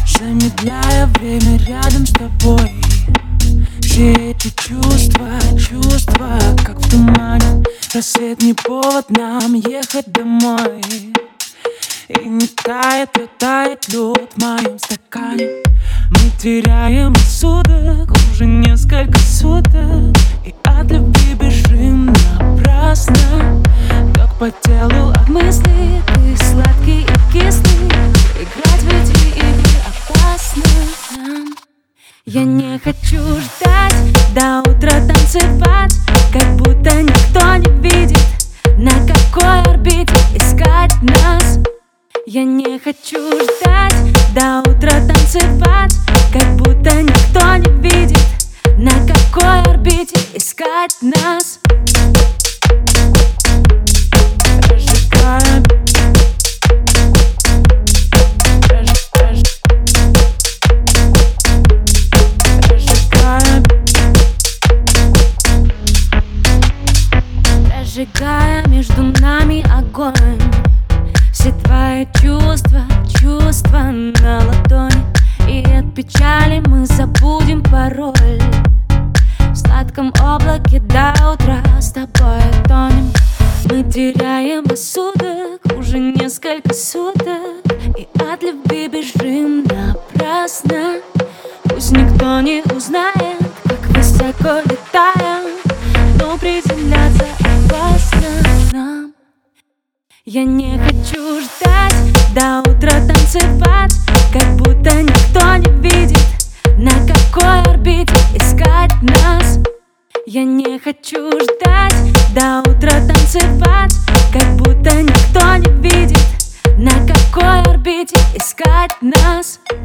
замедляя время рядом с тобой. Все эти чувства, как в тумане. Рассвет не повод нам ехать домой. И не тает лед в моем стакане. Мы теряем рассудок уже несколько суток, и от любви бежим напрасно. Как по телу от мысли, ты сладкий и кислый. Играть в эти игры опасно нам. Я не хочу ждать до утра танцевать, как будто никто не видит, на какой орбите искать нас. Я не хочу ждать до утра танцевать, как будто никто не видит, на какой орбите искать нас. Прожигая между нами огонь. Все твои чувства на ладони. И от печали мы забудем пароль. В сладком облаке до утра с тобой тонем. Мы теряем рассудок уже несколько суток, и от любви бежим напрасно. Пусть никто не узнает, как высоко летаем, но приземляться опасно нам. Я не хочу ждать до утра танцевать, как будто никто не видит, на какой орбите искать нас. Я не хочу ждать до утра танцевать, как будто никто не видит, на какой орбите искать нас.